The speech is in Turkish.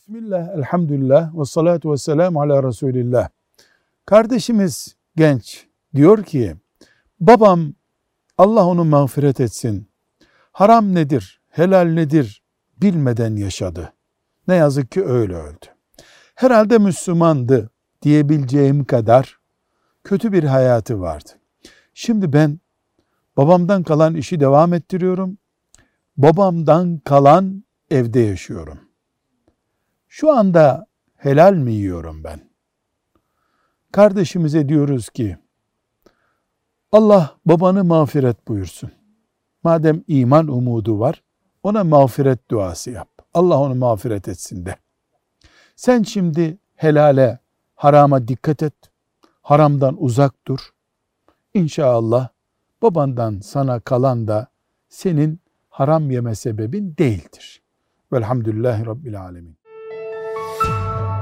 Bismillah, elhamdülillah, ve salatu ve selamu ala Resulillah. Kardeşimiz genç diyor ki, babam Allah onu mağfiret etsin, haram nedir, helal nedir bilmeden yaşadı. Ne yazık ki öyle öldü. Herhalde Müslümandı diyebileceğim kadar kötü bir hayatı vardı. Şimdi ben babamdan kalan işi devam ettiriyorum. Babamdan kalan evde yaşıyorum. Şu anda helal mi yiyorum ben? Kardeşimize diyoruz ki, Allah babanı mağfiret buyursun. Madem iman umudu var, ona mağfiret duası yap. Allah onu mağfiret etsin de. Sen şimdi helale, harama dikkat et. Haramdan uzak dur. İnşallah babandan sana kalan da senin haram yeme sebebin değildir. Velhamdülillahi Rabbil alemin.